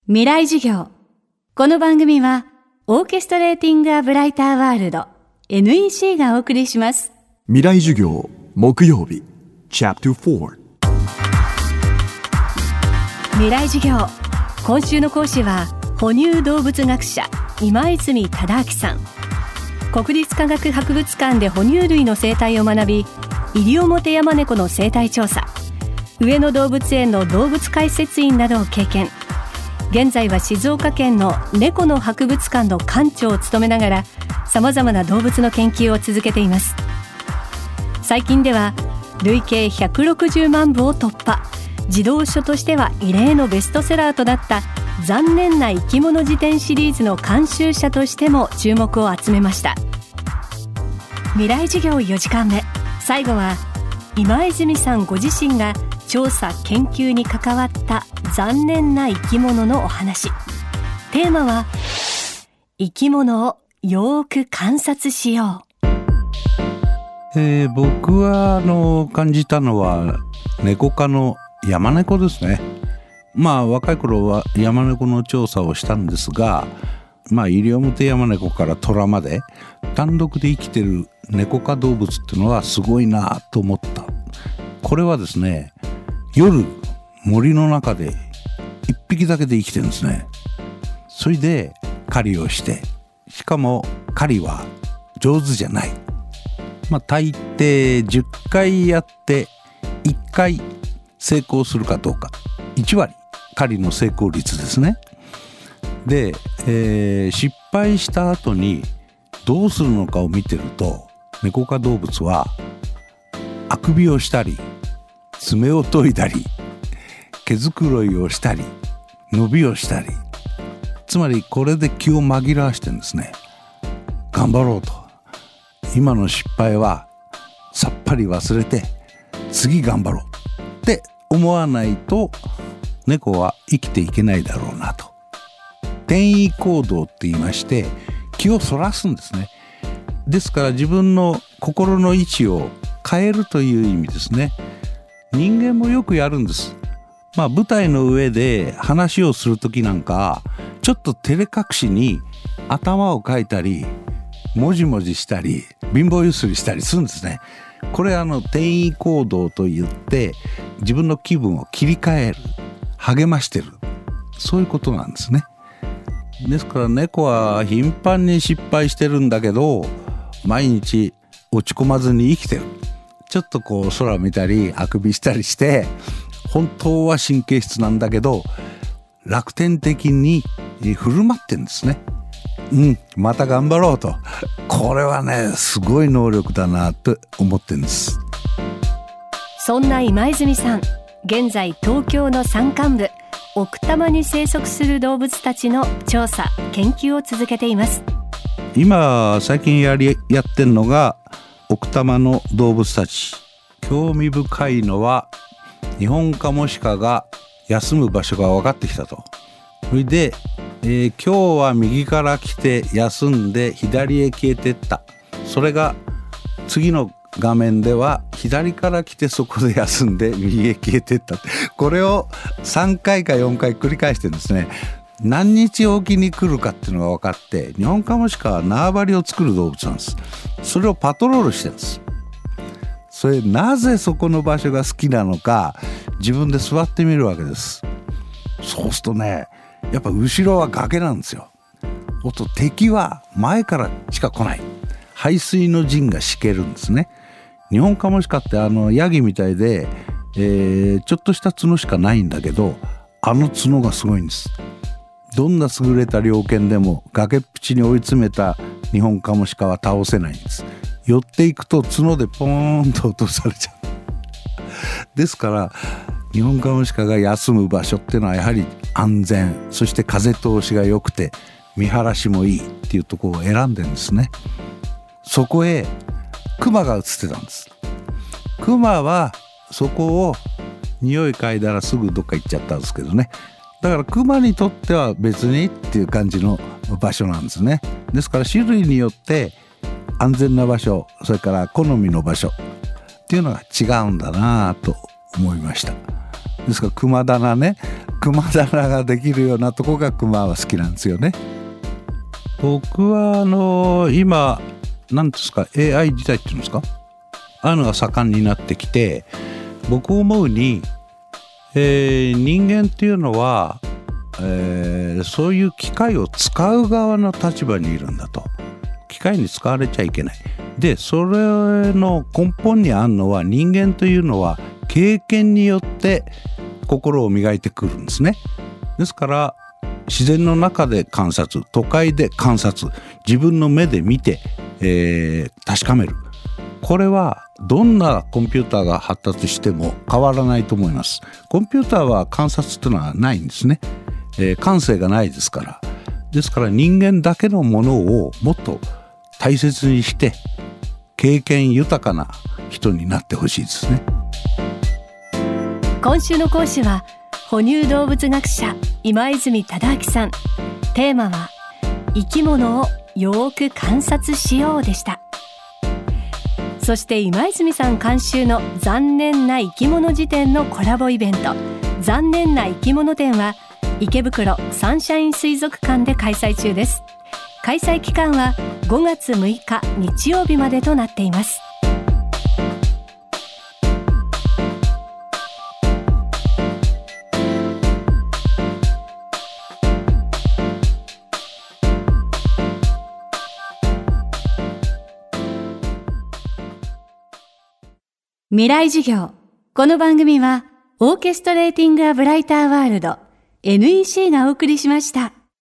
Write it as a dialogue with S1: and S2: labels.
S1: 未来授業。この番組はオーケストレーティングアブライターワールド NEC がお送りします。
S2: 未来授業木曜日チャプター4。
S1: 未来授業。今週の講師は哺乳動物学者今泉忠明さん。国立科学博物館で哺乳類の生態を学び、イリオモテヤマネコの生態調査、上野動物園の動物解説員などを経験。現在は静岡県の猫の博物館の館長を務めながら、さまざまな動物の研究を続けています。最近では累計160万部を突破、児童書としては異例のベストセラーとなった残念な生き物辞典シリーズの監修者としても注目を集めました。未来授業4時間目、最後は今泉さんご自身が調査研究に関わった残念な生き物のお話。テーマは生き物をよーく観察しよ
S3: う。僕は感じたのは猫科のヤマネコですね。若い頃はヤマネコの調査をしたんですが、イリオモテヤマネコからトラまで単独で生きてる猫科動物っていうのはすごいなと思った。これはですね、夜森の中で一匹だけで生きてるんですね。それで狩りをして、しかも狩りは上手じゃない。大抵10回やって1回成功するかどうか、1割狩りの成功率ですね。で、失敗した後にどうするのかを見てると、猫科動物はあくびをしたり爪を研いだり毛づくろいをしたり伸びをしたり、つまりこれで気を紛らわしてるんですね。頑張ろうと、今の失敗はさっぱり忘れて次頑張ろうって思わないと猫は生きていけないだろうなと。転移行動って言いまして、気をそらすんですね。ですから自分の心の位置を変えるという意味ですね。人間もよくやるんです。舞台の上で話をするときなんか、ちょっと照れ隠しに頭を描いたりもじもじしたり貧乏ゆすりしたりするんですね。これ転移行動といって、自分の気分を切り替える、励ましてる、そういうことなんですね。ですから猫は頻繁に失敗してるんだけど、毎日落ち込まずに生きてる。ちょっと空見たりあくびしたりして、本当は神経質なんだけど楽天的に振る舞ってるんですね。また頑張ろうと。これはね、すごい能力だなと思ってるんです。
S1: そんな今泉さん、現在東京の山間部奥多摩に生息する動物たちの調査研究を続けています。
S3: 今最近やってるのが奥多摩の動物たち。興味深いのはニホンカモシカが休む場所が分かってきたと。それで、今日は右から来て休んで左へ消えてった。それが次の画面では左から来てそこで休んで右へ消えてった。これを3回か4回繰り返してるんですね。何日おきに来るかっていうのが分かって、ニホンカモシカは縄張りを作る動物なんです。それをパトロールしてるんです。それなぜそこの場所が好きなのか、自分で座ってみるわけです。そうするとね、やっぱ後ろは崖なんですよ。敵は前からしか来ない。背水の陣が敷けるんですね。ニホンカモシカってヤギみたいで、ちょっとした角しかないんだけど、角がすごいんです。どんな優れた猟犬でも崖っぷちに追い詰めたニホンカモシカは倒せないんです。寄っていくと角でポーンと落とされちゃう。ですからニホンカモシカが休む場所っていうのはやはり安全、そして風通しが良くて見晴らしもいいっていうところを選んでるんですね。そこへクマが映ってたんです。クマはそこを匂い嗅いだらすぐどっか行っちゃったんですけどね。だからクマにとっては別にっていう感じの場所なんですね。ですから種類によって安全な場所、それから好みの場所っていうのが違うんだなと思いました。ですからクマ棚ね、 熊棚ができるようなとこが熊は好きなんですよね。僕は今何ですか AI 時代っていうんですか、ああいうのが盛んになってきて、僕思うに、人間っていうのは、そういう機械を使う側の立場にいるんだと。機械に使われちゃいけない。でそれの根本にあるのは、人間というのは経験によって心を磨いてくるんですね。ですから自然の中で観察、都会で観察、自分の目で見て、確かめる。これはどんなコンピューターが発達しても変わらないと思います。コンピューターは観察っていうのはないんですね。感性がないですから。ですから人間だけのものをもっと大切にして経験豊かな人になってほしいですね。
S1: 今週の講師は哺乳動物学者今泉忠明さん。テーマは生き物をよーく観察しようでした。そして今泉さん監修の残念な生き物辞典のコラボイベント、残念な生き物展は池袋サンシャイン水族館で開催中です。開催期間は5月6日日曜日までとなっています。未来授業。この番組はオーケストレーティング・ア・ブライター・ワールド NEC がお送りしました。